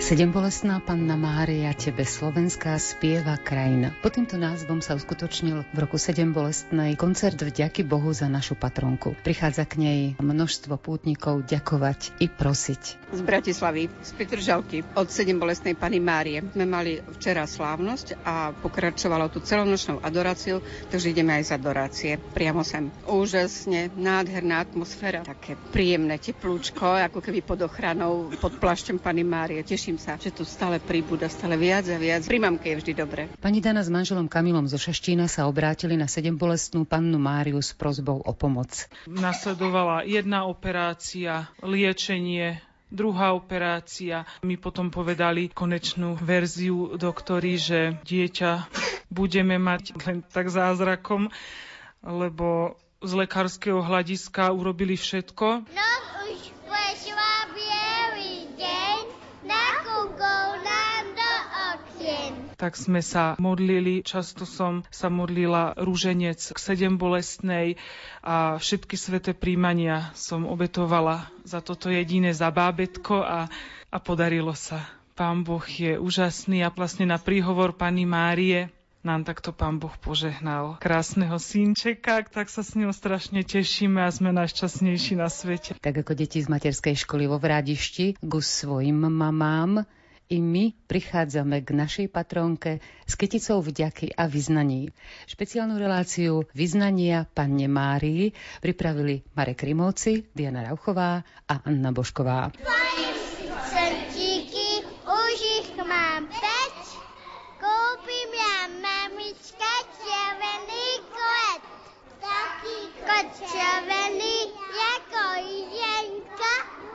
Sedembolestná Panna Mária, tebe slovenská spieva krajina. Pod týmto názvom sa uskutočnil v roku Sedembolestnej koncert vďaky Bohu za našu patronku. Prichádza k nej množstvo pútnikov ďakovať i prosiť. Z Bratislavy, z Petržalky, od Sedembolestnej Panny Márie. Sme mali včera slávnosť a pokračovalo tu celonočnou adoráciou, takže ideme aj z adorácie priamo sem. Úžasne, nádherná atmosféra, také príjemné teplúčko, ako keby pod ochranou, pod plášťom Panny Márie. Teším sa, že tu stále pribúda, stále viac a viac. Pri mamke je vždy dobre. Pani Dana s manželom Kamilom zo Šaštína sa obrátili na Sedembolestnú Pannu Máriu s prosbou o pomoc. Nasledovala jedna operácia, liečenie, druhá operácia. My potom povedali konečnú verziu doktori, že dieťa budeme mať len tak zázrakom, lebo z lekárskeho hľadiska urobili všetko. No už prešla bielý deň, nakúkol nám do okien. Tak sme sa modlili, často som sa modlila ruženec k Sedembolestnej a všetky sväté príjmania som obetovala za toto jediné, za bábätko a podarilo sa. Pán Boh je úžasný a vlastne na príhovor Panny Márie nám takto Pán Boh požehnal krásneho synčeka, tak sa s ňou strašne tešíme a sme najšťastnejší na svete. Tak ako deti z materskej školy vo Vrádišti ku svojim mamám, i my prichádzame k našej patrónke s kyticou vďaky a vyznaní. Špeciálnu reláciu vyznania Panne Márii pripravili Marek Rimovci, Diana Rauchová a Anna Božková. Srčíky, už ich mám 5. Kúpim ja, mamička, červený klet. Taký kot červený, ako jenka.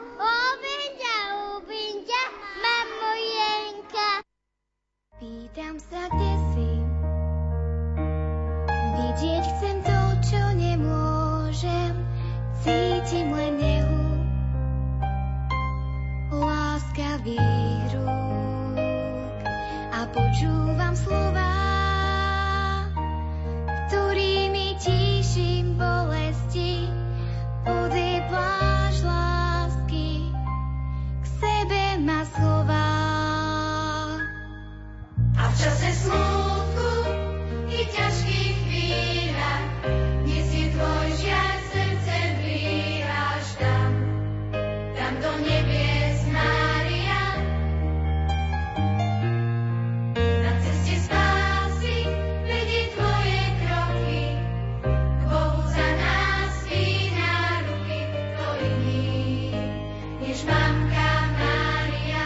Ubinďa, mamo jenka. Pýtam sa, kde si. Vidieť chcem to, čo nemôžem. Cítim len nehu láskavých rúk a počúvam slová, ktorými tíšim bolesti. Odepláš lásky, k sebe ma schová. A v čase smútku i ťažkých chvíľach nesie tvoj žiaľ srdce blíhaš tam do nebies, Mária. Na ceste spásy vedie tvoje kroky, k Bohu za nás vína ruky, kto iný než mamka Mária.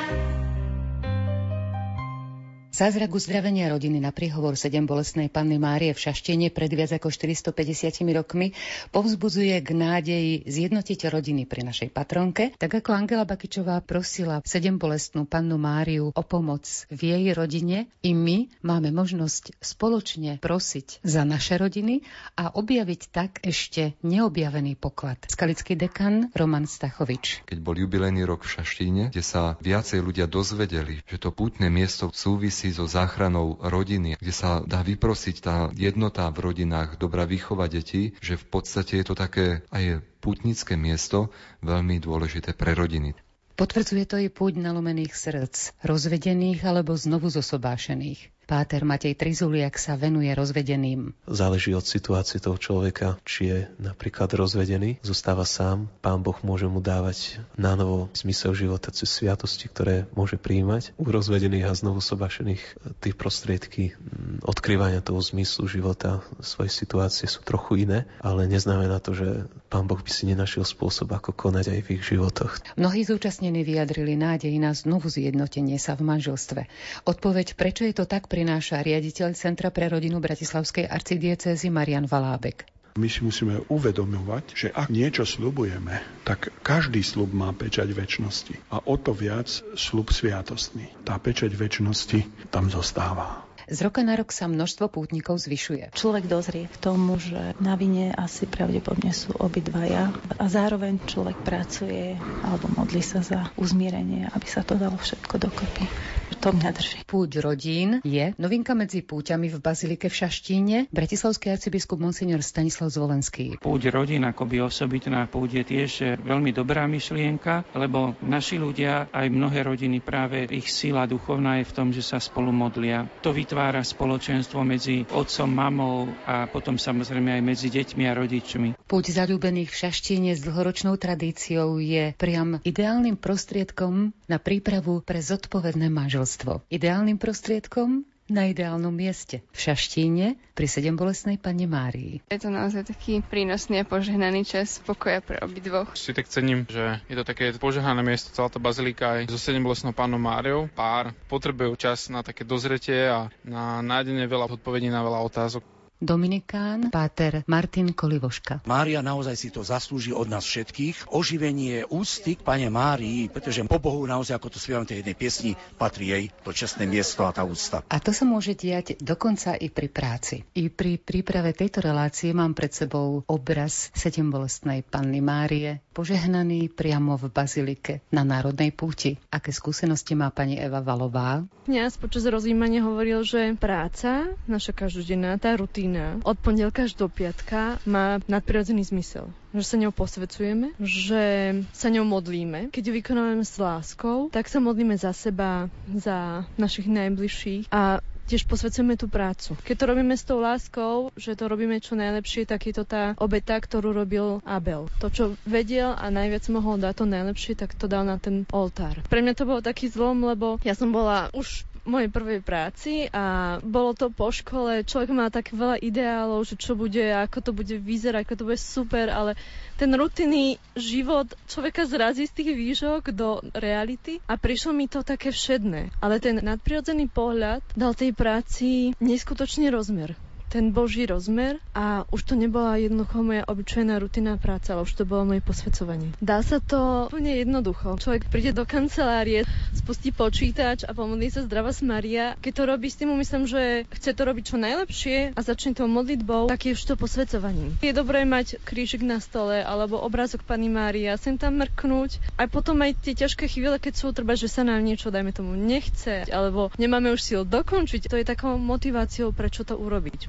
Zázrak uzdravenia rodiny na príhovor Sedembolestnej Panny Márie v Šaštíne pred viac ako 450 rokmi povzbudzuje k nádeji zjednotiť rodiny pri našej patronke, tak ako Angela Bakičová prosila Sedembolestnú Pannu Máriu o pomoc v jej rodine, i my máme možnosť spoločne prosiť za naše rodiny a objaviť tak ešte neobjavený poklad. Skalický dekan Roman Stachovič. Keď bol jubilejný rok v Šaštíne, kde sa viacej ľudia dozvedeli, že to pútne miesto súvisí so záchranou rodiny, kde sa dá vyprosiť tá jednota v rodinách, dobrá výchova detí, že v podstate je to také aj pútnické miesto, veľmi dôležité pre rodiny. Potvrdzuje to i púť nalomených srdc, rozvedených alebo znovu zosobášených. Páter Matej Trizuliak sa venuje rozvedeným. Záleží od situácie toho človeka, či je napríklad rozvedený, zostáva sám. Pán Boh môže mu dávať nánovo zmysel života cez sviatosti, ktoré môže prijímať. U rozvedených a znovu sobašených tie prostriedky odkrývania toho zmyslu života, svojej situácie sú trochu iné, ale neznamená to, že Pán Boh by si nenašiel spôsob, ako konať aj v ich životoch. Mnohí zúčastnení vyjadrili nádej na znovu zjednotenie sa v manželstve. Odpoveď, prečo je to tak, prináša riaditeľ Centra pre rodinu Bratislavskej arcidiecézy Marian Valábek. My si musíme uvedomovať, že ak niečo sľubujeme, tak každý sľub má pečať večnosti. A o to viac sľub sviatostný. Tá pečať večnosti tam zostáva. Z roka na rok sa množstvo pútnikov zvyšuje. Človek dozrie k tomu, že na vine asi pravdepodobne sú obidvaja a zároveň človek pracuje alebo modlí sa za uzmierenie, aby sa to dalo všetko dokopy. To mňa drží. Púť rodín je novinka medzi púťami v Bazilike v Šaštíne. Bratislavský arcibiskup monsignor Stanislav Zvolenský. Púť rodín akoby osobitná púť je tiež veľmi dobrá myšlienka, lebo naši ľudia, aj mnohé rodiny, práve ich sila duchovná je v tom, že sa spolu modlia. To vytvára spoločenstvo medzi otcom, mamou a potom samozrejme aj medzi deťmi a rodičmi. Púť zaľúbených v Šaštíne s dlhoročnou tradíciou je priam ideálnym prostriedkom na prípravu pre zodpovedné manželstvo. Ideálnym prostriedkom na ideálnom mieste v Šaštíne pri Sedembolestnej Panne Márii. Je to naozaj taký prínosný a požehnaný čas pokoja pre obidvoch. Si tak cením, že je to také požehnané miesto, celá tá bazilika aj so Sedembolestnou Pannou Máriou. Pár potrebujú čas na také dozretie a na nájdenie veľa odpovedí na veľa otázok. Dominikán, páter Martin Kolivoška. Mária naozaj si to zaslúži od nás všetkých. Oživenie úcty k Pane Márii, pretože po Bohu naozaj, ako to spievam v tej jednej piesni, patrí jej to čestné miesto a tá úcta. A to sa môže diať dokonca i pri práci. I pri príprave tejto relácie mám pred sebou obraz Sedembolestnej Panny Márie, požehnaný priamo v bazilike na Národnej púti. Aké skúsenosti má pani Eva Valová? Kňaz počas rozjímania hovoril, že práca, naša každodenná, tá rutína, od pondelka až do piatka má nadprirodzený zmysel. Že sa ňou posvedzujeme, že sa ňou modlíme. Keď ju vykonávame s láskou, tak sa modlíme za seba, za našich najbližších a tiež posvedzujeme tú prácu. Keď to robíme s tou láskou, že to robíme čo najlepšie, tak je to tá obeta, ktorú robil Abel. To, čo vedel a najviac mohol dať to najlepšie, tak to dal na ten oltár. Pre mňa to bol taký zlom, lebo ja som bola už mojej prvej práci a bolo to po škole. Človek má tak veľa ideálov, že čo bude, ako to bude vyzerať, ako to bude super, ale ten rutinný život človeka zrazí z tých výšok do reality a prišlo mi to také všedné. Ale ten nadprirodzený pohľad dal tej práci neskutočný rozmer. Ten Boží rozmer a už to nebola jednoducho moja obyčajná rutinná práca, ale už to bolo moje posvedzovanie. Dá sa to úplne jednoducho. Človek príde do kancelárie, spustí počítač a pomodlí sa Zdravás Maria. Keď to robí s tým úmyslom, že chce to robiť čo najlepšie a začne tou modlitbou, tak je už to posvedzovaním. Je dobré mať krížik na stole alebo obrázok Panny Márie a sem tam mrknúť. A potom aj tie ťažké chvíle, keď sú treba, že sa nám niečo, dajme tomu, nechce alebo nemáme už síl dokončiť. To je takou motiváciou, prečo to urobiť.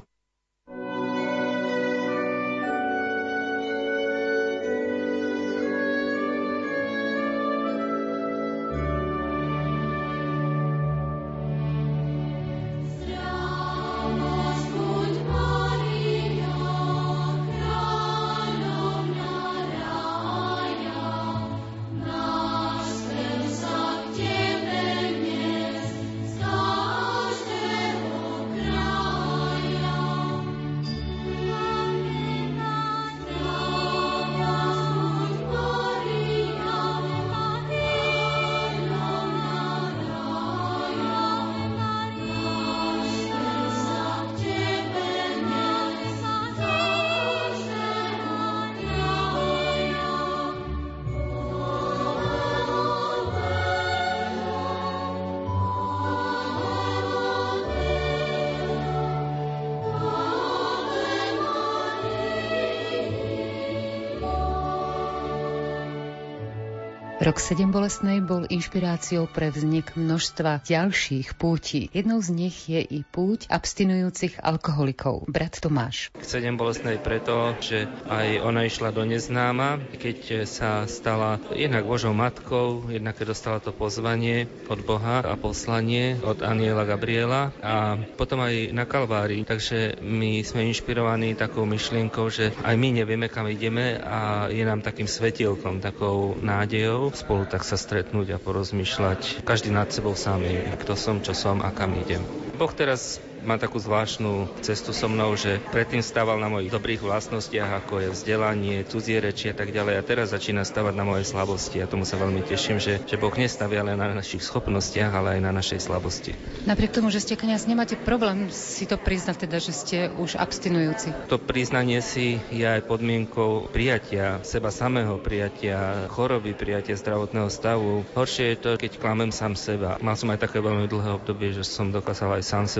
Rok Sedembolestnej bol inšpiráciou pre vznik množstva ďalších pútí. Jednou z nich je i púť abstinujúcich alkoholikov. Brat Tomáš. K Sedembolestnej preto, že aj ona išla do neznáma, keď sa stala jednak Božou matkou, jednak keď dostala to pozvanie od Boha a poslanie od Aniela Gabriela a potom aj na Kalvárii. Takže my sme inšpirovaní takou myšlienkou, že aj my nevieme, kam ideme a je nám takým svetielkom, takou nádejou spolu tak sa stretnúť a porozmýšľať každý nad sebou sám, kto som, čo som a kam idem. Boh teraz má takú zvláštnu cestu so mnou, že predtým stával na mojich dobrých vlastnostiach, ako je vzdelanie, cudzie reči a tak ďalej. A teraz začína stavať na mojej slabosti. A tomu sa veľmi teším, že Boh nestavia len na našich schopnostiach, ale aj na našej slabosti. Napriek tomu, že ste kňaz, nemáte problém si to priznať, teda, že ste už abstinujúci. To priznanie si je aj podmienkou prijatia seba samého, prijatia choroby, prijatia zdravotného stavu. Horšie je to, keď klamem sám seba. Mal som aj také veľmi dlhé obdobie, že som dokázal aj sám seba oklamať.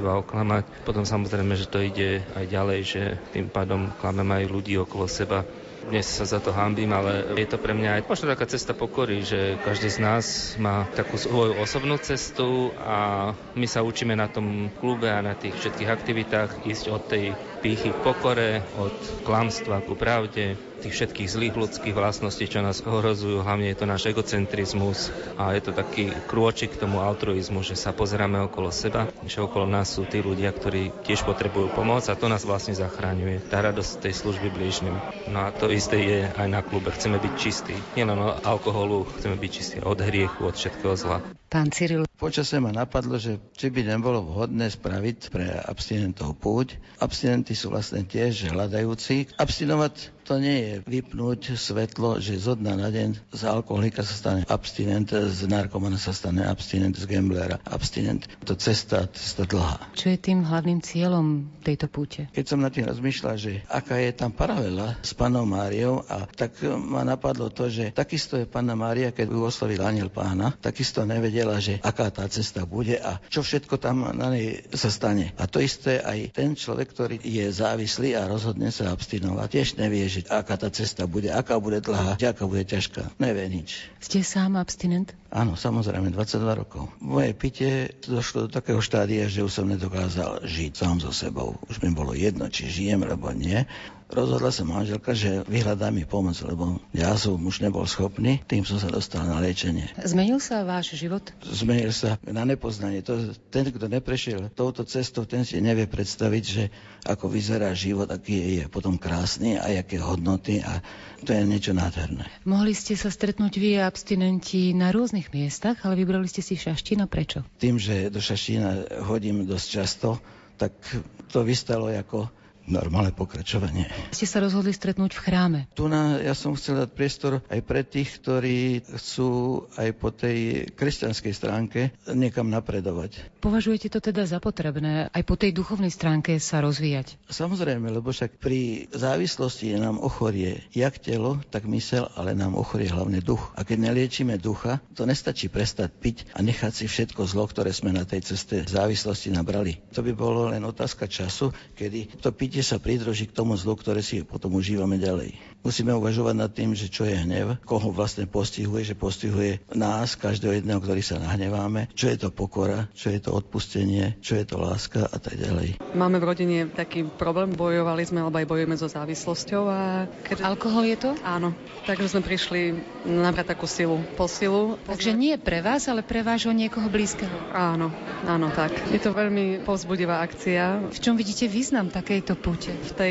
sklamať. Potom samozrejme, že to ide aj ďalej, že tým pádom klameme aj ľudí okolo seba. Dnes sa za to hanbím, ale je to pre mňa aj možno taká cesta pokory, že každý z nás má takú svoju osobnú cestu a my sa učíme na tom klube a na tých všetkých aktivitách ísť od tej pýchy k pokore, od klamstva ku pravde, tých všetkých zlých ľudských vlastností, čo nás ohrozujú, hlavne je to náš egocentrizmus a je to taký krôčik k tomu altruizmu, že sa pozeráme okolo seba, že okolo nás sú tí ľudia, ktorí tiež potrebujú pomoc a to nás vlastne zachraňuje. Tá radosť tej služby blížnym. No a to isté je aj na klube. Chceme byť čistí. Nielen od alkoholu, chceme byť čistí od hriechu, od všetkého zla. Pán Cyril. Počasie ma napadlo, že či by nebolo vhodné spraviť pre abstinentov púť. Abstinenti sú vlastne tiež hľadajúci. Abstinovať to nie je vypnúť svetlo, že zo dna na deň z alkoholika sa stane abstinent, z narkomana sa stane abstinent, z gamblera abstinent. To cesta dlhá. Čo je tým hlavným cieľom tejto púte? Keď som nad tým rozmýšľal, že aká je tam paralela s Pannou Máriou, a tak ma napadlo to, že takisto je Panna Mária, keď ju oslovil anjel Pána, takisto nevedela, že aká tá cesta bude a čo všetko tam na nej sa stane. A to isté aj ten človek, ktorý je závislý a rozhodne sa abstinovať, tiež nevie, že aká tá cesta bude, aká bude dlhá, aká bude ťažká. Nevie nič. Ste sám abstinent? Áno, samozrejme, 22 rokov. Moje pitie došlo do takého štádia, že už som nedokázal žiť sám so sebou. Už mi bolo jedno, či žijem, alebo nie. Rozhodla sa manželka, že vyhľadá mi pomoc, lebo ja som už nebol schopný, tým som sa dostal na liečenie. Zmenil sa váš život? Zmenil sa na nepoznanie. Ten, kto neprešiel touto cestou, ten si nevie predstaviť, že ako vyzerá život, aký je potom krásny a aké hodnoty, a to je niečo nádherné. Mohli ste sa stretnúť vy abstinenti na rôznych miestach, ale vybrali ste si Šaštín, a prečo? Tým, že do Šaštína hodím dosť často, tak to vystalo ako normálne pokračovanie. Ste sa rozhodli stretnúť v chráme. Ja som chcel dať priestor aj pre tých, ktorí chcú aj po tej kresťanskej stránke niekam napredovať. Považujete to teda za potrebné aj po tej duchovnej stránke sa rozvíjať? Samozrejme, lebo však pri závislosti nám ochorie jak telo, tak mysel, ale nám ochorie hlavne duch. A keď neliečíme ducha, to nestačí prestať piť a nechať si všetko zlo, ktoré sme na tej ceste závislosti nabrali. To by bolo len otázka času, kedy to pitie sa pridruží k tomu zlu, ktoré si potom užívame ďalej. Musíme uvažovať nad tým, že čo je hnev, koho vlastne postihuje, že postihuje nás, každého jedného, ktorý sa nahneváme, čo je to pokora, čo je to odpustenie, čo je to láska a tak ďalej. Máme v rodine taký problém, bojovali sme, alebo aj bojujeme so závislosťou. Alkohol je to? Áno. Takže sme prišli nabrať takú posilu. Takže nie pre vás, ale pre vášho niekoho blízkeho. Áno, tak. Je to veľmi povzbudivá akcia. V čom vidíte význam takejto púte? V tej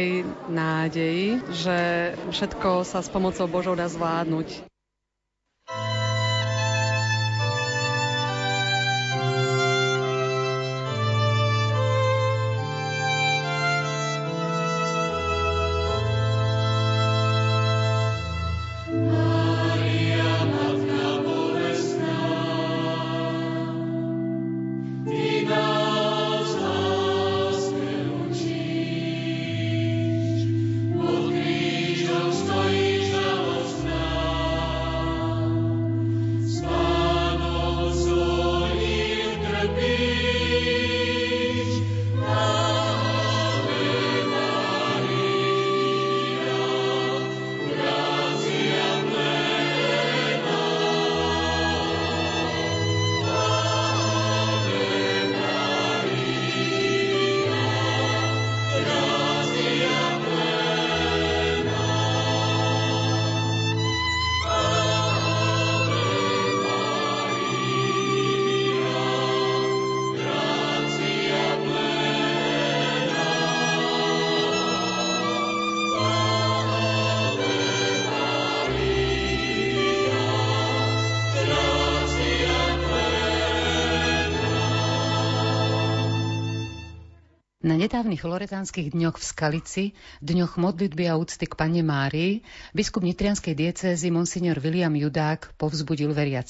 nádeji, že všetko sa s pomocou Božou dá zvládnuť. Na nedávnych loretánskych dňoch v Skalici, dňoch modlitby a úcty k Panne Márii, biskup nitrianskej diecézy monsignor William Judák povzbudil veriacich.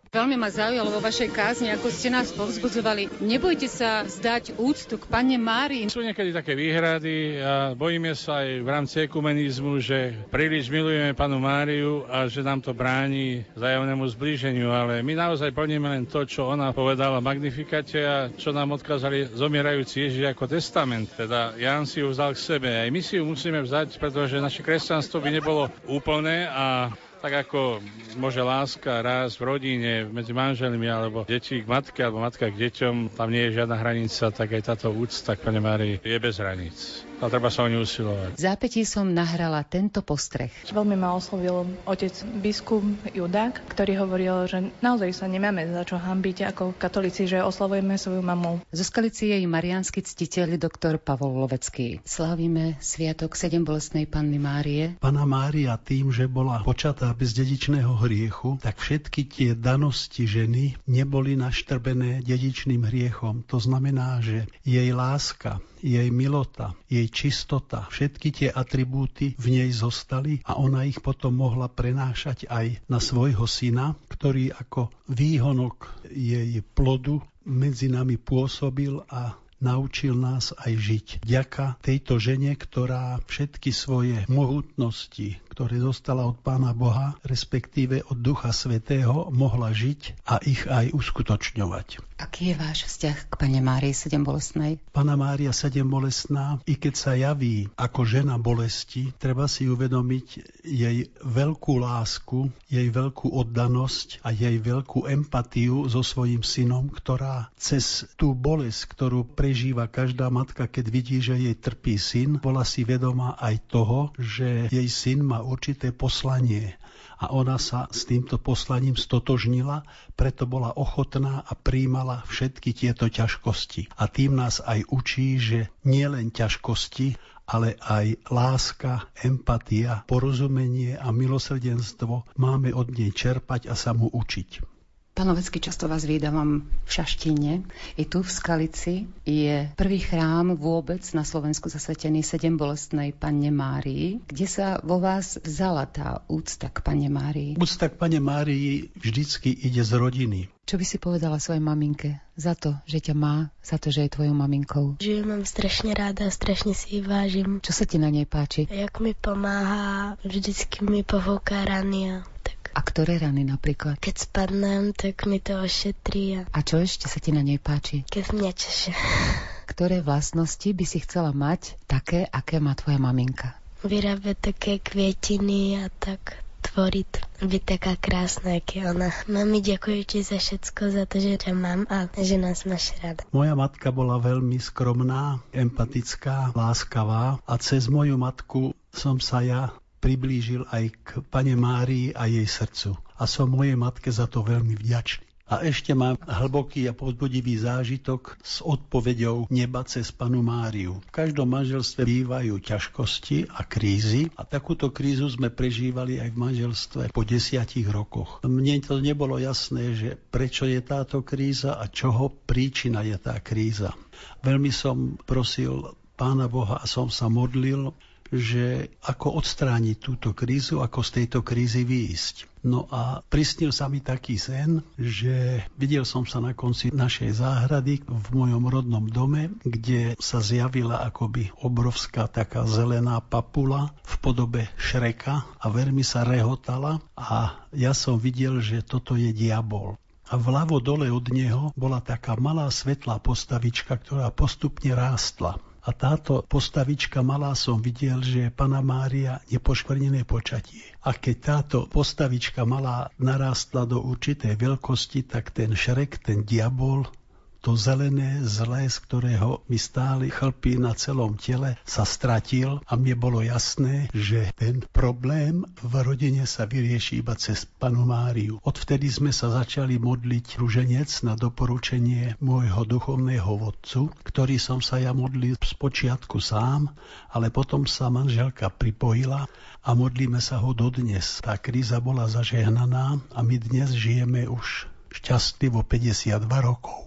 Veľmi ma zaujalo vo vašej kázni, ako ste nás povzbudzovali. Nebojte sa vzdať úctu k Panne Márii. Sú niekedy také výhrady a bojíme sa aj v rámci ekumenizmu, že príliš milujeme Pannu Máriu a že nám to bráni vzájomnému zblíženiu, ale my naozaj plníme len to, čo ona povedala v Magnifikate a čo nám odkázali zomierajúci Ježiš ako testament. Teda Ján si ju vzal k sebe. Aj my si ju musíme vzdať, pretože naše kresťanstvo by nebolo úplné a tak ako môže láska rásť v rodine, medzi manželmi, alebo deti k matke, alebo matka k deťom, tam nie je žiadna hranica, tak aj táto úcta k Panne Márii je bez hraníc. A treba sa o ňu usilovať. V zápätí som nahrala tento postreh. Veľmi ma oslovil otec biskup Judák, ktorý hovoril, že naozaj sa nemáme za čo hanbiť ako katolíci, že oslavujeme svoju mamu. Zo Skalici je mariánsky ctiteľ doktor Pavol Lovecký. Slávime sviatok Sedembolestnej Panny Márie. Panna Mária tým, že bola počatá bez dedičného hriechu, tak všetky tie danosti ženy neboli naštrbené dedičným hriechom. To znamená, že jej láska, jej milota, jej čistota, všetky tie atribúty v nej zostali a ona ich potom mohla prenášať aj na svojho syna, ktorý ako výhonok jej plodu medzi nami pôsobil a naučil nás aj žiť. Vďaka tejto žene, ktorá všetky svoje mohutnosti, ktoré dostala od Pána Boha, respektíve od Ducha Svätého, mohla žiť a ich aj uskutočňovať. Aký je váš vzťah k Panne Márii Sedembolestnej? Panna Mária Sedembolestná, i keď sa javí ako žena bolesti, treba si uvedomiť jej veľkú lásku, jej veľkú oddanosť a jej veľkú empatiu so svojím synom, ktorá cez tú bolesť, ktorú prežíva každá matka, keď vidí, že jej trpí syn, bola si vedomá aj toho, že jej syn má určité poslanie. A ona sa s týmto poslaním stotožnila, preto bola ochotná a prijímala všetky tieto ťažkosti. A tým nás aj učí, že nie len ťažkosti, ale aj láska, empatia, porozumenie a milosrdenstvo máme od nej čerpať a sa mu učiť. Pán Lovecký, často vás vídavam v Šaštíne. I tu v Skalici je prvý chrám vôbec na Slovensku zasvetený Sedembolestnej Panne Márii. Kde sa vo vás vzala tá úcta k Panne Márii? Úcta k Panne Márii vždycky ide z rodiny. Čo by si povedala svojej maminke za to, že ťa má, za to, že je tvojou maminkou? Že ju mám strašne ráda, strašne si ju vážim. Čo sa ti na nej páči? Jak mi pomáha, vždycky mi povouká rany. A ktoré rany napríklad? Keď spadnem, tak mi to ošetrí. A čo ešte sa ti na nej páči? Keď mňa češe. Ktoré vlastnosti by si chcela mať také, aké má tvoja maminka? Vyrábať také kvietiny a tak tvoriť. Byť taká krásna, jak je ona. Mami, ďakujem ti za všetko, za to, že ťa mám a že nás máš rada. Moja matka bola veľmi skromná, empatická, láskavá a cez moju matku som sa ja priblížil aj k Panne Márii a jej srdcu. A som mojej matke za to veľmi vďačný. A ešte mám hlboký a povzbudivý zážitok s odpoveďou neba cez Pannu Máriu. V každom manželstve bývajú ťažkosti a krízy a takúto krízu sme prežívali aj v manželstve po 10 rokoch. Mne to nebolo jasné, že prečo je táto kríza a čoho príčina je tá kríza. Veľmi som prosil Pána Boha a som sa modlil, že ako odstrániť túto krízu, ako z tejto krízy výjsť. No a prisnil sa mi taký sen, že videl som sa na konci našej záhrady v mojom rodnom dome, kde sa zjavila akoby obrovská taká zelená papula v podobe Šreka a veľmi sa rehotala a ja som videl, že toto je diabol. A vľavo dole od neho bola taká malá svetlá postavička, ktorá postupne rástla. A táto postavička malá som videl, že je Panna Mária nepoškvrnené počatie. A keď táto postavička malá narástla do určitej veľkosti, tak ten Šrek, ten diabol, to zelené zlé, z ktorého mi stáli chlpy na celom tele, sa stratil a mne bolo jasné, že ten problém v rodine sa vyrieši iba cez Pannu Máriu. Odvtedy sme sa začali modliť ruženec na doporučenie môjho duchovného vodcu, ktorý som sa ja modlil spočiatku sám, ale potom sa manželka pripojila a modlíme sa ho dodnes. Tá kríza bola zažehnaná a my dnes žijeme už šťastlivo 52 rokov.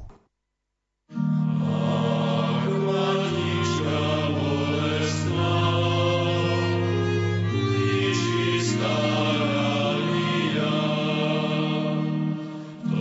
To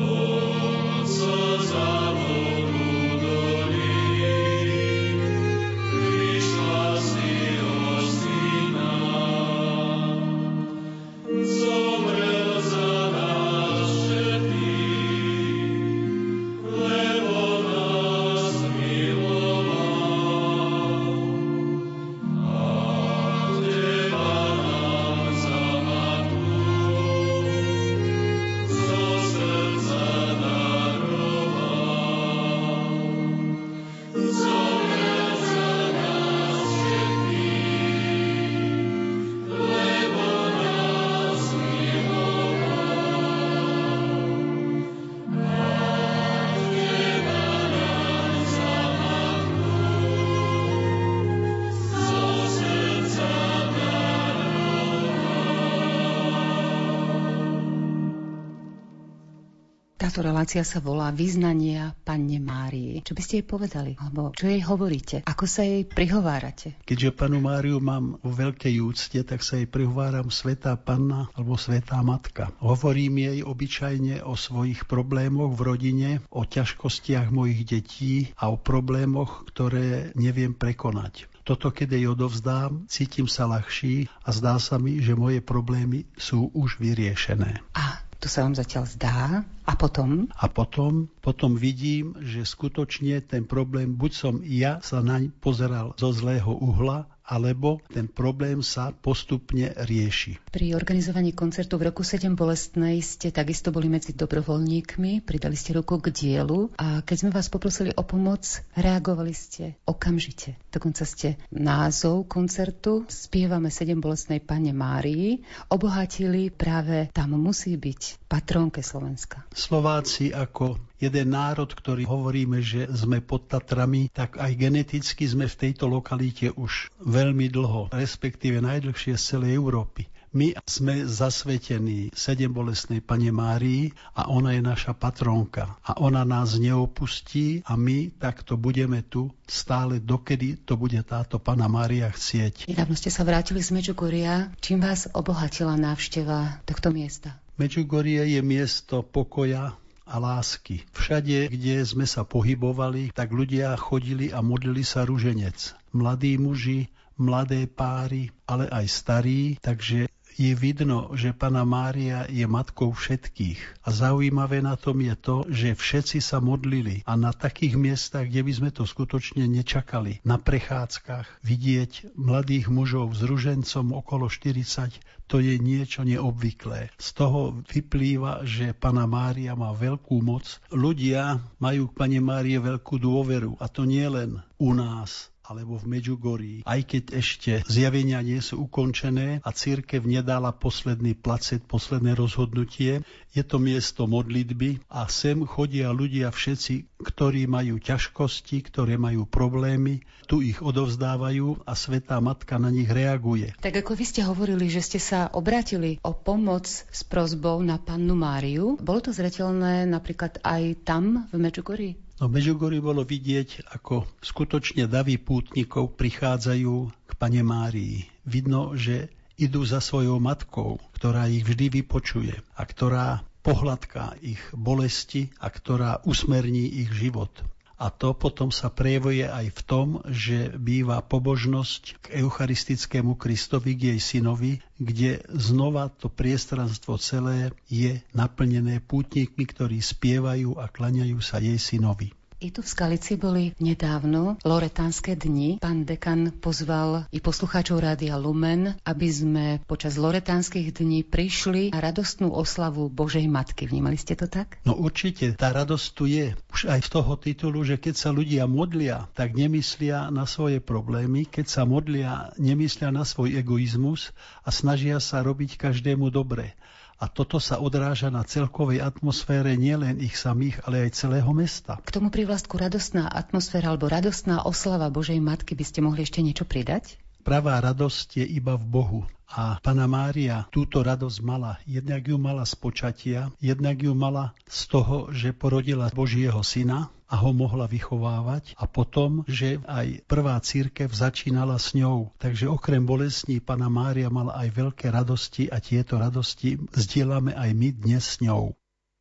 Táto relácia sa volá Vyznania Panne Márii. Čo by ste jej povedali? Alebo čo jej hovoríte? Ako sa jej prihovárate? Keďže Pannu Máriu mám vo veľkej úcte, tak sa jej prihováram Svätá Panna alebo Svätá Matka. Hovorím jej obyčajne o svojich problémoch v rodine, o ťažkostiach mojich detí a o problémoch, ktoré neviem prekonať. Toto, keď jej odovzdám, cítim sa ľahší a zdá sa mi, že moje problémy sú už vyriešené. A to sa vám zatiaľ zdá? A potom? A potom vidím, že skutočne ten problém, buď som ja sa naň pozeral zo zlého uhla, alebo ten problém sa postupne rieši. Pri organizovaní koncertu v roku 7 Bolestnej ste takisto boli medzi dobrovoľníkmi, pridali ste ruku k dielu a keď sme vás poprosili o pomoc, reagovali ste okamžite. Dokonca ste názov koncertu Spievame 7 Bolestnej Panne Márii obohatili, práve tam musí byť patrónke Slovenska. Slováci ako jeden národ, ktorý hovoríme, že sme pod Tatrami, tak aj geneticky sme v tejto lokalite už veľmi dlho, respektíve najdlhšie z celej Európy. My sme zasvetení 7 Bolestnej Panne Márii a ona je naša patrónka. A ona nás neopustí a my takto budeme tu stále, dokedy to bude táto Panna Mária chcieť. Nedávno ste sa vrátili z Medžugoria. Čím vás obohatila návšteva tohto miesta? Medžugorie je miesto pokoja a lásky. Všade, kde sme sa pohybovali, tak ľudia chodili a modlili sa ruženec. Mladí muži, mladé páry, ale aj starí, takže je vidno, že Panna Mária je matkou všetkých. A zaujímavé na tom je to, že všetci sa modlili a na takých miestach, kde by sme to skutočne nečakali. Na prechádzkach vidieť mladých mužov s ružencom okolo 40, to je niečo neobvyklé. Z toho vyplýva, že Panna Mária má veľkú moc. Ľudia majú k Panne Márie veľkú dôveru a to nie len u nás, alebo v Medžugorí. Aj keď ešte zjavenia nie sú ukončené a cirkev nedala posledný placet, posledné rozhodnutie, je to miesto modlitby a sem chodia ľudia všetci, ktorí majú ťažkosti, ktoré majú problémy, tu ich odovzdávajú a Svätá Matka na nich reaguje. Tak ako vy ste hovorili, že ste sa obrátili o pomoc s prosbou na Pannu Máriu, bolo to zreteľné napríklad aj tam v Medžugorí? No v Medžugorí bolo vidieť, ako skutočne davy pútnikov prichádzajú k Panne Márii. Vidno, že idú za svojou matkou, ktorá ich vždy vypočuje a ktorá pohľadká ich bolesti a ktorá usmerní ich život. A to potom sa prejavuje aj v tom, že býva pobožnosť k eucharistickému Kristovi, k jej synovi, kde znova to priestranstvo celé je naplnené pútnikmi, ktorí spievajú a klaňajú sa jej synovi. I tu v Skalici boli nedávno Loretánske dni. Pán dekan pozval i poslucháčov Rádia Lumen, aby sme počas Loretánskych dní prišli na radostnú oslavu Božej Matky. Vnímali ste to tak? No určite, tá radosť tu je. Už aj z toho titulu, že keď sa ľudia modlia, tak nemyslia na svoje problémy. Keď sa modlia, nemyslia na svoj egoizmus a snažia sa robiť každému dobre. A toto sa odráža na celkovej atmosfére nielen ich samých, ale aj celého mesta. K tomu prívlastku radostná atmosféra alebo radostná oslava Božej Matky by ste mohli ešte niečo pridať? Pravá radosť je iba v Bohu. A Panna Mária túto radosť mala. Jednak ju mala z počatia, jednak ju mala z toho, že porodila Božieho syna a ho mohla vychovávať. A potom, že aj prvá cirkev začínala s ňou. Takže okrem bolestí Panna Mária mala aj veľké radosti a tieto radosti zdieľame aj my dnes s ňou.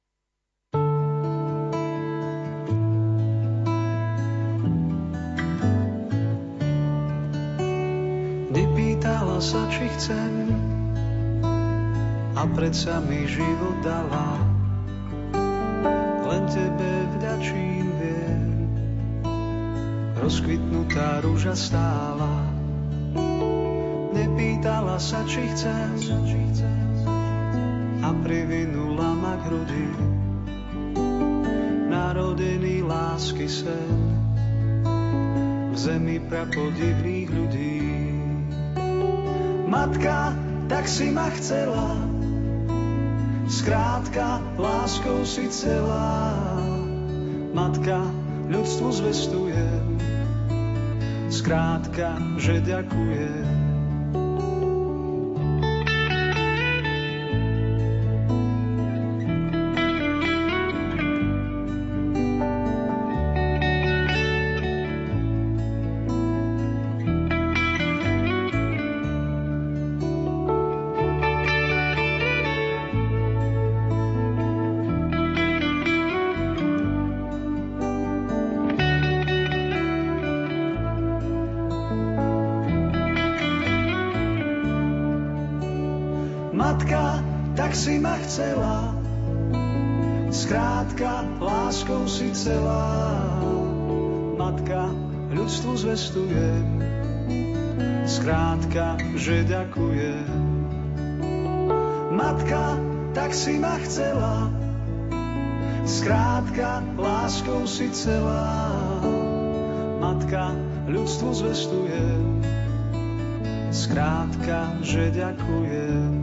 Vypýtala sa, či chcem, a predsa mi život dala. Len tebe vďačím, viem, rozkvitnutá rúža stála. Nepýtala sa, či chcem, a privinula ma k hrudi. Narodený lásky sen, v zemi prapodivných ľudí. Matka, tak si ma chcela, skrátka, láskou si celá. Matka, ľudstvu zvestujem, skrátka, že ďakujem. Matka, tak si ma chcela, skrátka, láskou si celá. Matka, ľudstvu zvestuje, skrátka, že ďakuje. Matka, tak si ma chcela, skrátka, láskou si celá. Matka, ľudstvu zvestuje, skrátka, že ďakuje.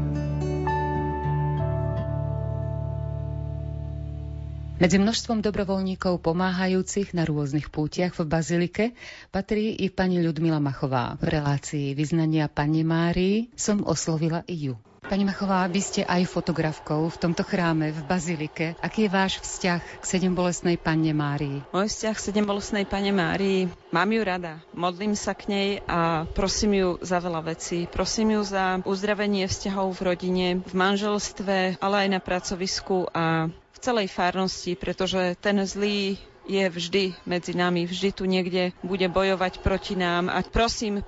Medzi množstvom dobrovoľníkov pomáhajúcich na rôznych pútiach v Bazilike patrí i pani Ľudmila Machová. V relácii Vyznania Panne Márii som oslovila i ju. Pani Machová, vy ste aj fotografkou v tomto chráme v Bazilike. Aký je váš vzťah k Sedembolestnej Panne Márii? Môj vzťah k Sedembolestnej Panne Márii, mám ju rada. Modlím sa k nej a prosím ju za veľa vecí. Prosím ju za uzdravenie vzťahov v rodine, v manželstve, ale aj na pracovisku a v celej farnosti, pretože ten zlý je vždy medzi nami, vždy tu niekde bude bojovať proti nám. A prosím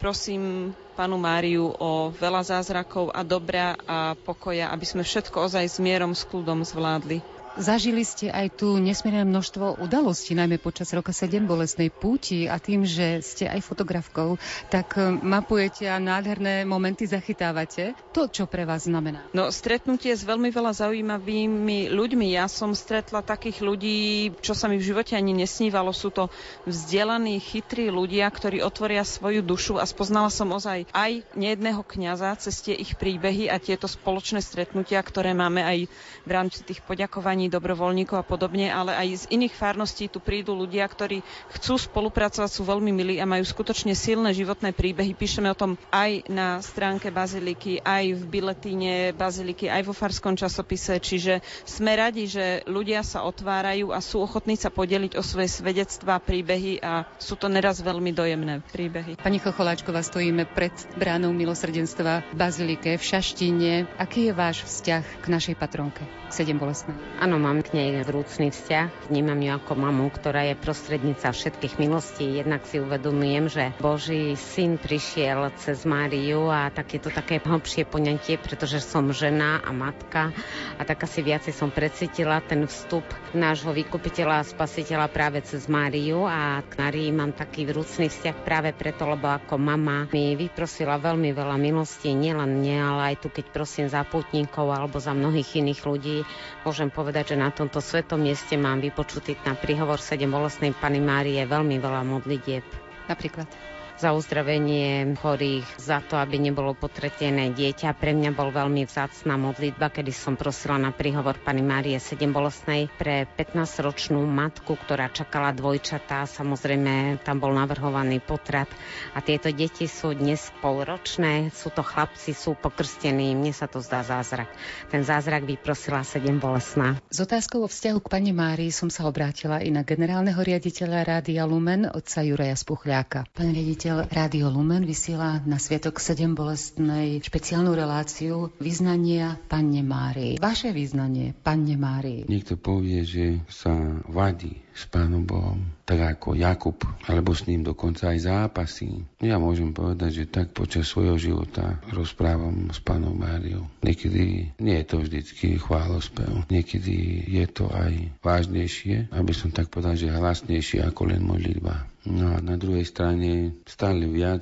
Pannu Máriu o veľa zázrakov a dobra a pokoja, aby sme všetko ozaj s mierom, s kľudom zvládli. Zažili ste aj tu nesmierne množstvo udalostí, najmä počas roka Sedembolestnej púti a tým, že ste aj fotografkou, tak mapujete a nádherné momenty zachytávate. To, čo pre vás znamená? No, stretnutie s veľmi veľa zaujímavými ľuďmi. Ja som stretla takých ľudí, čo sa mi v živote ani nesnívalo. Sú to vzdelaní, chytrí ľudia, ktorí otvoria svoju dušu a spoznala som ozaj aj nejedného kňaza cez tie ich príbehy a tieto spoločné stretnutia, ktoré máme aj v rámci tých poďakovaní dobrovoľníkov a podobne, ale aj z iných farností tu prídu ľudia, ktorí chcú spolupracovať, sú veľmi milí a majú skutočne silné životné príbehy. Píšeme o tom aj na stránke Baziliky, aj v biletíne Baziliky, aj vo farskom časopise, čiže sme radi, že ľudia sa otvárajú a sú ochotní sa podeliť o svoje svedectvá, príbehy a sú to neraz veľmi dojemné príbehy. Pani Chocholáčková, stojíme pred bránou milosrdenstva v Bazilike v Šaštíne. Aký je váš vzťah k našej patronke, k Sedembolestnej? Áno, mám k nej vrúcný vzťah. Vnímam ju ako mamu, ktorá je prostrednica všetkých milostí. Jednak si uvedomujem, že Boží syn prišiel cez Máriu a takéto také hlbšie poňatie, pretože som žena a matka a tak asi viacej som precítila ten vstup nášho vykupiteľa a spasiteľa práve cez Máriu a k Márii mám taký vrúcný vzťah práve preto, lebo ako mama mi vyprosila veľmi veľa milostí, nielen mne, ale aj tu, keď prosím za pútnikov alebo za mnohých iných ľudí, môžem povedať, že na tomto svetom mieste mám vypočutý na príhovor Sedembolestnej Panny Márie veľmi veľa modlitieb. Napríklad? Za uzdravenie chorých, za to, aby nebolo potretené dieťa. Pre mňa bol veľmi vzácna modlitba, kedy som prosila na príhovor Panny Márie Sedembolestnej pre 15-ročnú matku, ktorá čakala dvojčatá. Samozrejme, tam bol navrhovaný potrat. A tieto deti sú dnes polročné, sú to chlapci, sú pokrstení. Mne sa to zdá zázrak. Ten zázrak vyprosila Sedembolestná. S otázkou o vzťahu k Panne Márii som sa obrátila i na generálneho riaditeľa Rádia Lumen, otca Juraja Spuchľáka. Pán riaditeľ, Rádio Lumen vysiela na sviatok Sedembolestnej špeciálnu reláciu Vyznania Panne Márii. Vaše vyznanie Panne Márii. Niekto povie, že sa vadí s Pánom Bohom, tak ako Jakub, alebo s ním dokonca aj zápasí. Ja môžem povedať, že tak počas svojho života rozprávam s Pannou Máriou. Niekedy nie je to vždycky chválospev, niekedy je to aj vážnejšie, aby som tak povedal, že hlasnejšie ako len modlitba. No a na druhej strane stále viac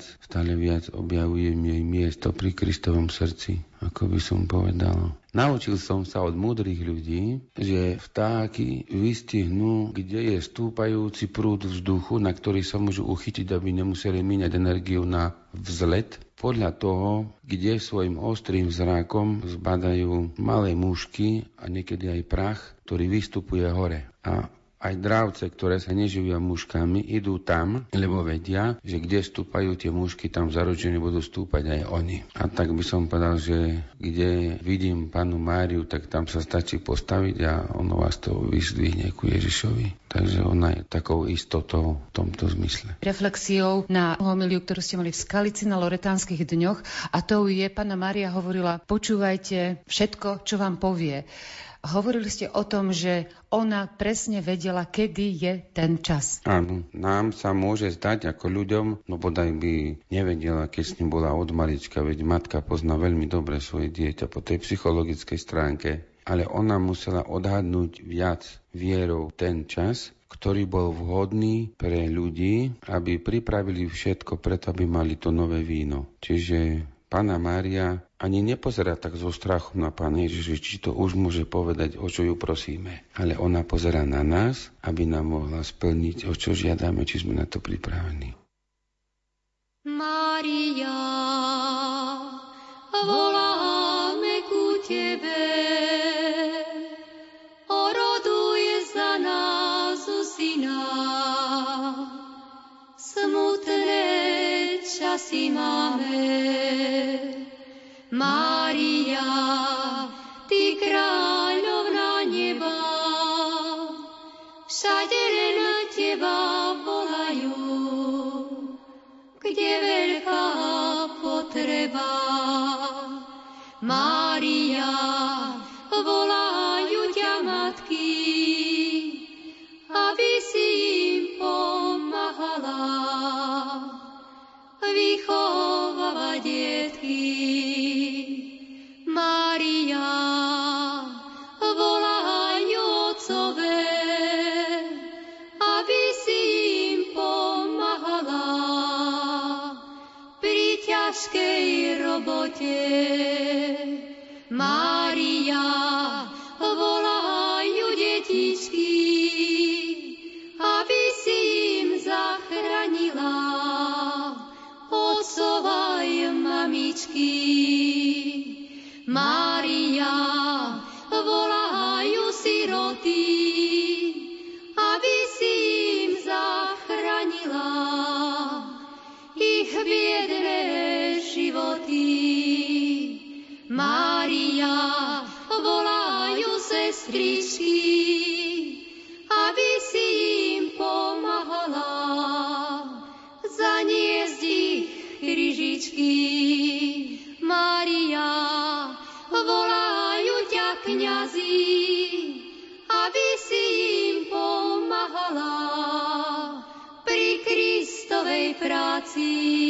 objavujem jej miesto pri Kristovom srdci, ako by som povedal. Naučil som sa od múdrych ľudí, že vtáky vystihnú, kde je stúpajúci prúd vzduchu, na ktorý sa môžu uchytiť, aby nemuseli míňať energiu na vzlet. Podľa toho, kde svojim ostrým zrákom zbadajú malé mušky a niekedy aj prach, ktorý vystupuje hore. A aj dravce, ktoré sa neživia muškami, idú tam, lebo vedia, že kde stúpajú tie mušky, tam zaručene budú stúpať aj oni. A tak by som povedal, že kde vidím Pannu Máriu, tak tam sa stačí postaviť a ono vás to vyzdvihne ku Ježišovi. Takže ona je takou istotou v tomto zmysle. Reflexiou na homiliu, ktorú ste mali v Skalici na Loretánskych dňoch, a to je, Panna Mária hovorila: počúvajte všetko, čo vám povie. Hovorili ste o tom, že ona presne vedela, kedy je ten čas. Áno, nám sa môže zdať ako ľuďom, no bodaj by nevedela, keď s ním bola od malička, veď matka pozná veľmi dobre svoje dieťa po tej psychologickej stránke, ale ona musela odhadnúť viac vierou ten čas, ktorý bol vhodný pre ľudí, aby pripravili všetko preto, aby mali to nové víno. Čiže Panna Mária ani nepozerá tak so strachom na Pána Ježiša, či to už môže povedať, o čo ju prosíme. Ale ona pozerá na nás, aby nám mohla splniť, o čo žiadame, či sme na to pripravení. Mária, voláme ku Tebe, oroduj za nás Syna. Smutné časy máme, Mária, Ty kráľovná neba, všade len Teba volajú, kde veľká potreba. Mária, volajú ťa matky, aby si im pomáhala vychovávať detky. Mária, volajú otcové, aby si im pomáhala pri ťažkej robote. Mária, volajú detičky, aby si im zachránila otcova aj mamičky. Mária, volajú siroty, aby si im zachránila ich biedné životy. Mária, volajú sestričky, aby si im pomáhala zaniesť ich krížičky. Mária, volajú ťa kňazi, aby si im pomáhala pri Kristovej práci.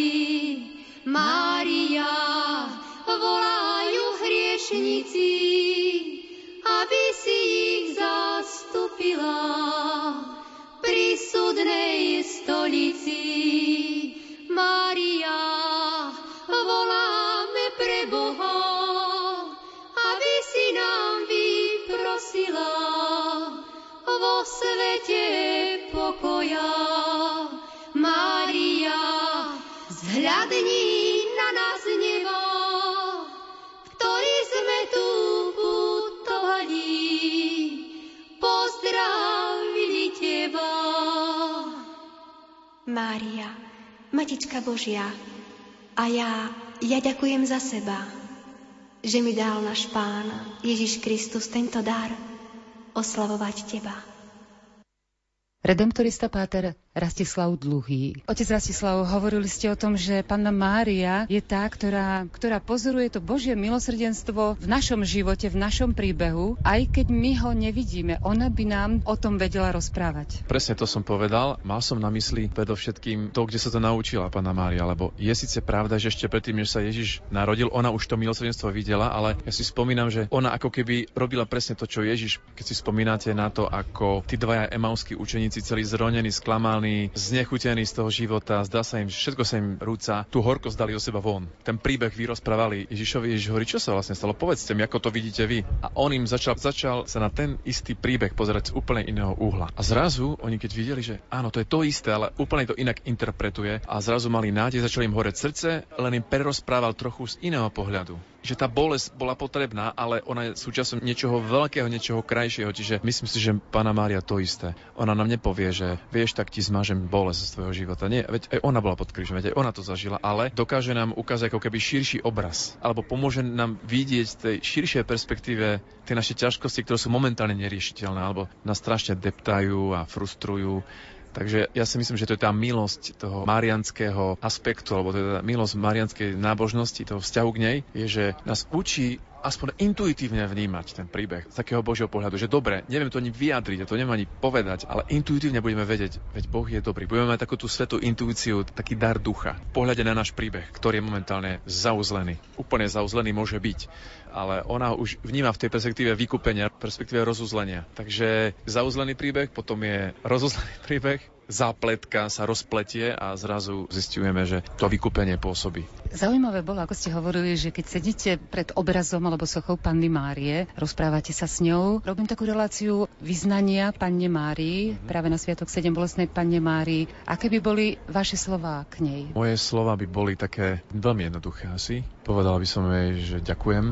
Mária, volajú hriešnici, aby si ich zastúpila pri súdnej stolici. Mária, voláme pre Boha, aby si nám vyprosila vo svete pokoja. Mária, zhľadni na nás neba, ktorí sme tu putovali, pozdravili Teba. Mária, Matička Božia, a ja ďakujem za seba, že mi dal náš Pán Ježiš Kristus tento dar oslavovať Teba. Redemptorista páter Rastislav Dluhý. Otec Rastislav, hovorili ste o tom, že Panna Mária je tá, ktorá pozoruje to Božie milosrdenstvo v našom živote, v našom príbehu, aj keď my ho nevidíme. Ona by nám o tom vedela rozprávať. Presne to som povedal. Mal som na mysli predovšetkým to, kde sa to naučila Panna Mária, lebo je síce pravda, že ešte predtým, než sa Ježiš narodil, ona už to milosrdenstvo videla, ale ja si spomínam, že ona ako keby robila presne to, čo Ježiš. Keď si spomínate na to, ako tí dvaja emauskí učeníci celí zronení, sklamaní, znechutení z toho života, zdá sa im, že všetko sa im rúca, tú horkosť dali o seba von. Ten príbeh vyrozprávali Ježišovi, Ježiš hovorí, čo sa vlastne stalo, povedzte mi, ako to vidíte vy. A on im začal sa na ten istý príbeh pozerať z úplne iného uhla. A zrazu oni keď videli, že áno, to je to isté, ale úplne to inak interpretuje, a zrazu mali nádej, začali im horeť srdce, len im prerozprával trochu z iného pohľadu. Že tá bolesť bola potrebná, ale ona je súčasťou niečoho veľkého, niečoho krajšieho. Čiže myslím si, že Panna Mária to isté. Ona nám nepovie, že vieš, tak ti zmážem bolesť z tvojho života. Nie, veď aj ona bola pod krížom, veď aj ona to zažila, ale dokáže nám ukázať ako keby širší obraz, alebo pomôže nám vidieť v tej širšej perspektíve tie naše ťažkosti, ktoré sú momentálne neriešiteľné, alebo nás strašne deptajú a frustrujú. Takže ja si myslím, že to je tá milosť toho marianského aspektu, alebo to je tá milosť marianskej nábožnosti, toho vzťahu k nej, je, že nás učí aspoň intuitívne vnímať ten príbeh z takého Božieho pohľadu, že dobre, neviem to ani vyjadriť, to neviem ani povedať, ale intuitívne budeme vedieť, veď Boh je dobrý. Budeme mať takú tú svätú intuíciu, taký dar ducha. V pohľade na náš príbeh, ktorý je momentálne zauzlený. Úplne zauzlený môže byť, ale ona už vníma v tej perspektíve vykúpenia, perspektíve rozuzlenia. Takže zauzlený príbeh, potom je rozuzlený príbeh, zápletka sa rozpletie a zrazu zistujeme, že to vykúpenie pôsobí. Zaujímavé bolo, ako ste hovorili, že keď sedíte pred obrazom alebo sochou Panny Márie, rozprávate sa s ňou. Robím takú reláciu vyznania Panne Márii, práve na sviatok 7 bolestnej Panne Márii. Aké by boli vaše slová k nej? Moje slová by boli také veľmi jednoduché asi. Povedal by som jej, že ďakujem,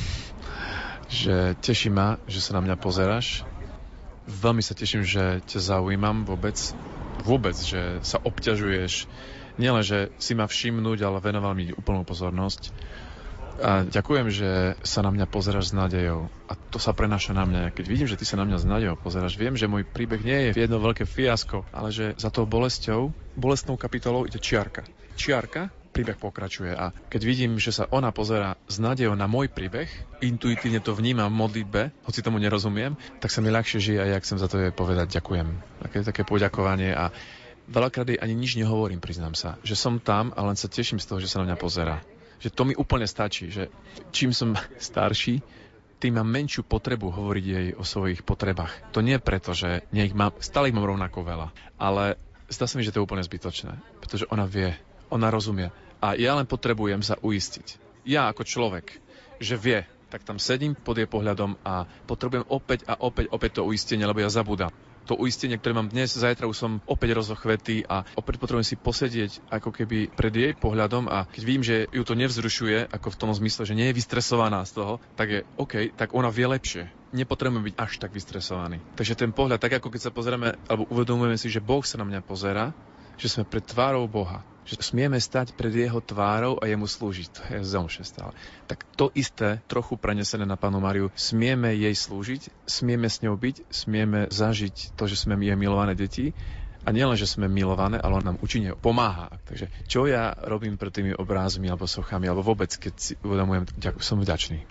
že teší ma, že sa na mňa pozeráš. Veľmi sa teším, že ťa zaujímam vôbec, že sa obťažuješ. Nielen, že si ma všimnúť, ale venoval mi úplnú pozornosť. A ďakujem, že sa na mňa pozeráš s nádejou. A to sa prenáša na mňa. Keď vidím, že ty sa na mňa s nádejou pozeráš, viem, že môj príbeh nie je jedno veľké fiasko, ale že za tou bolestnou kapitolou ide čiarka. Čiarka, príbeh pokračuje. A keď vidím, že sa ona pozerá s nádejou na môj príbeh, intuitívne to vnímam v modlitbe, hoci tomu nerozumiem, tak sa mi ľahšie žije a ja chcem za to jej povedať ďakujem. Také poďakovanie a veľakrát ani nič nehovorím, priznám sa. Že som tam a len sa teším z toho, že sa na mňa pozerá. Že to mi úplne stačí, že čím som starší, tým mám menšiu potrebu hovoriť jej o svojich potrebách. To nie preto, že stále ich mám rovnako veľa, ale zdá sa mi, že to je úplne zbytočné, pretože ona vie, ona rozumie. A ja len potrebujem sa uistiť. Ja ako človek, že vie, tak tam sedím pod jej pohľadom a potrebujem opäť to uistenie, lebo ja zabúdam. To uistenie, ktoré mám dnes, zajtra už som opäť rozochvetý a opäť potrebujem si posedieť ako keby pred jej pohľadom a keď vidím, že ju to nevzrušuje, ako v tom zmysle, že nie je vystresovaná z toho, tak je OK, tak ona vie lepšie. Nepotrebujeme byť až tak vystresovaní. Takže ten pohľad, tak ako keď sa pozeráme, alebo uvedomujeme si, že Boh sa na mňa pozerá, že sme pred tvárou Boha, že smieme stať pred jeho tvárou a jemu slúžiť. To je zomše stále. Tak to isté, trochu prenesené na Pannu Máriu, smieme jej slúžiť, smieme s ňou byť, smieme zažiť to, že sme jej milované deti. A nielen, že sme milované, ale on nám účinne pomáha. Takže čo ja robím pred tými obrázmi alebo sochami, alebo vôbec, keď si uvedomujem, som vďačný.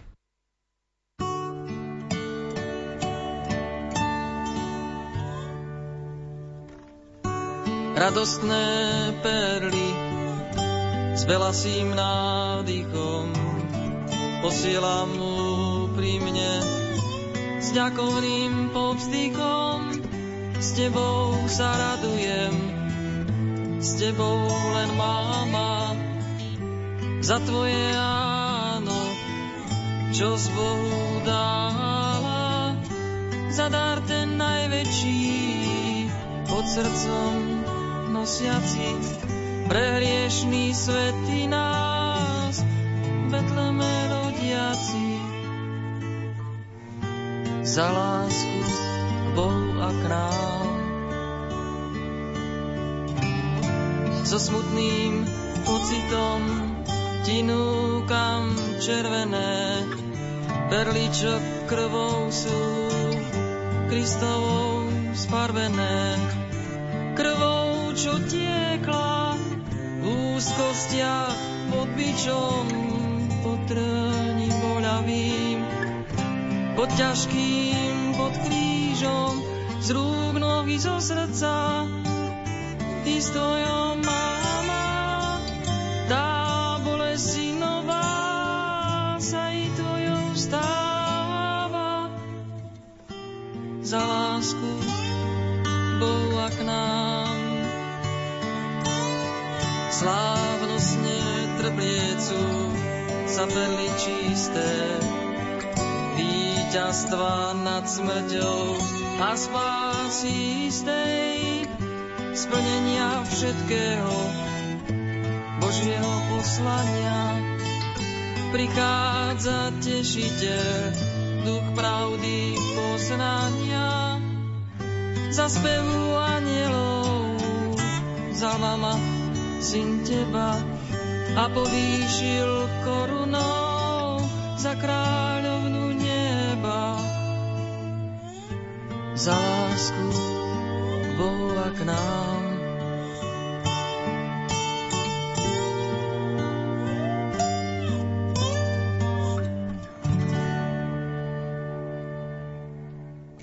Radostné perly s belasým nádychom posielam mu pri mne s ďakovným povzdychom. S tebou sa radujem, s tebou len máma, za tvoje áno, čo z Bohu dala, za dar ten najväčší pod srdcom nosiaci, pre hriešný svety nás, Betleme rodiaci. Za lásku k Bohu a k nám, so smutným pocitom ti núkam červené perly, čo krvou sú Kristovou sfarbené. Krvou, čo tiekla v úzkostiach pod bičom, pod trním boľavým, pod ťažkým, pod krížom, z rúk, nohy, zo srdca. Ty stojom, máma, tá bolesť nová sa i tvojou stáva. Za lásku Bohu a k nám, slávnostne trbliecú sa perly čisté, víťazstva nad smrťou a spásy istej, splnenia všetkého Božieho poslania. Prichádza tešiteľ, duch pravdy poznania, za spevu anielov vzal mama syn teba a povýšil korunou za kráľovnu neba. Za lásku k Bohu a k nám,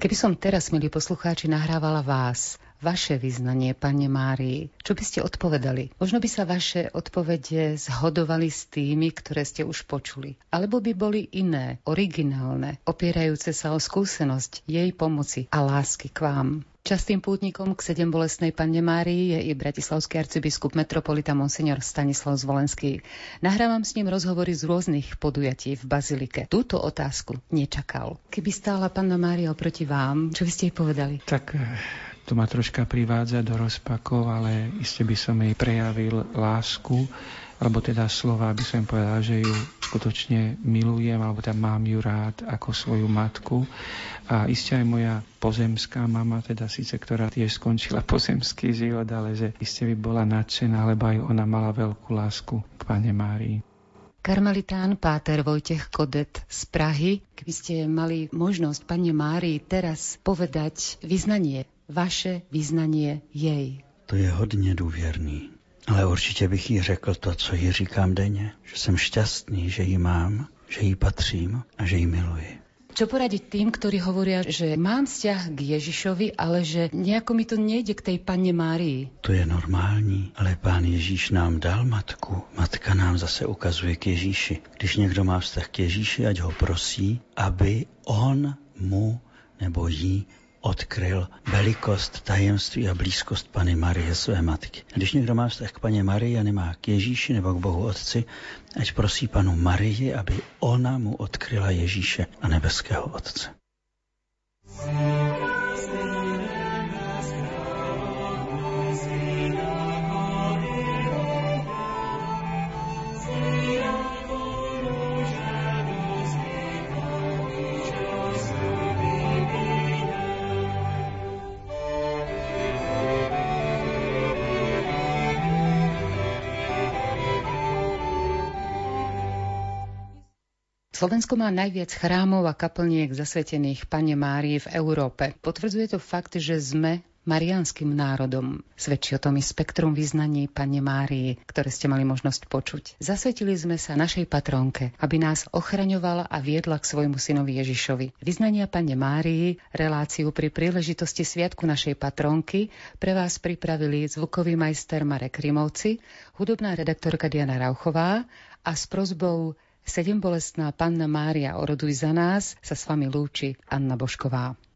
Keby som teraz, milí poslucháči, nahrávala vás, vaše vyznanie, Panne Márii, čo by ste odpovedali? Možno by sa vaše odpovede zhodovali s tými, ktoré ste už počuli. Alebo by boli iné, originálne, opierajúce sa o skúsenosť jej pomoci a lásky k vám. Častým pútnikom k sedembolestnej Panne Márii je i bratislavský arcibiskup metropolita monsignor Stanislav Zvolenský. Nahrávam s ním rozhovory z rôznych podujatí v bazilike. Túto otázku nečakal. Keby stála Panna Mária oproti vám, čo by ste jej povedali? Tak to ma troška privádza do rozpakov, ale iste by som jej prejavil lásku, alebo teda slova, aby som povedal, že ju skutočne milujem, alebo tam mám ju rád ako svoju matku. A iste aj moja pozemská mama, teda síce, ktorá tiež skončila pozemský život, ale že iste by bola nadšená, lebo aj ona mala veľkú lásku k Panne Márii. Karmelitán páter Vojtech Kodet z Prahy, keby ste mali možnosť Panne Márii teraz povedať vyznanie, vaše vyznanie jej. To je hodně důvěrný, ale určitě bych jí řekl to, co jí říkám denně, že jsem šťastný, že ji mám, že jí patřím a že ji miluji. Čo poradiť tým, ktorí hovoria, že mám vzťah k Ježišovi, ale že nejako mi to nejde k tej Panne Márii? To je normální, ale Pán Ježíš nám dal matku. Matka nám zase ukazuje k Ježíši. Když někdo má vztah k Ježíši, ať ho prosí, aby on mu nebo jí odkryl velikost, tajemství a blízkost Panny Marie, své matky. Když někdo má vztah k Panně Marii a nemá k Ježíši nebo k Bohu Otci, ať prosí Panu Marii, aby ona mu odkryla Ježíše a nebeského Otce. Slovensko má najviac chrámov a kaplniek zasvetených Panne Márii v Európe. Potvrdzuje to fakt, že sme mariánskym národom. Svedčí o tom i spektrum vyznaní Panne Márii, ktoré ste mali možnosť počuť. Zasvetili sme sa našej patrónke, aby nás ochraňovala a viedla k svojmu synovi Ježišovi. Vyznania Panne Márii, reláciu pri príležitosti sviatku našej patrónky pre vás pripravili zvukový majster Marek Rimovci, hudobná redaktorka Diana Rauchová a s prosbou Sedembolestná Panna Mária, oroduj za nás, sa s vami lúči Anna Bošková.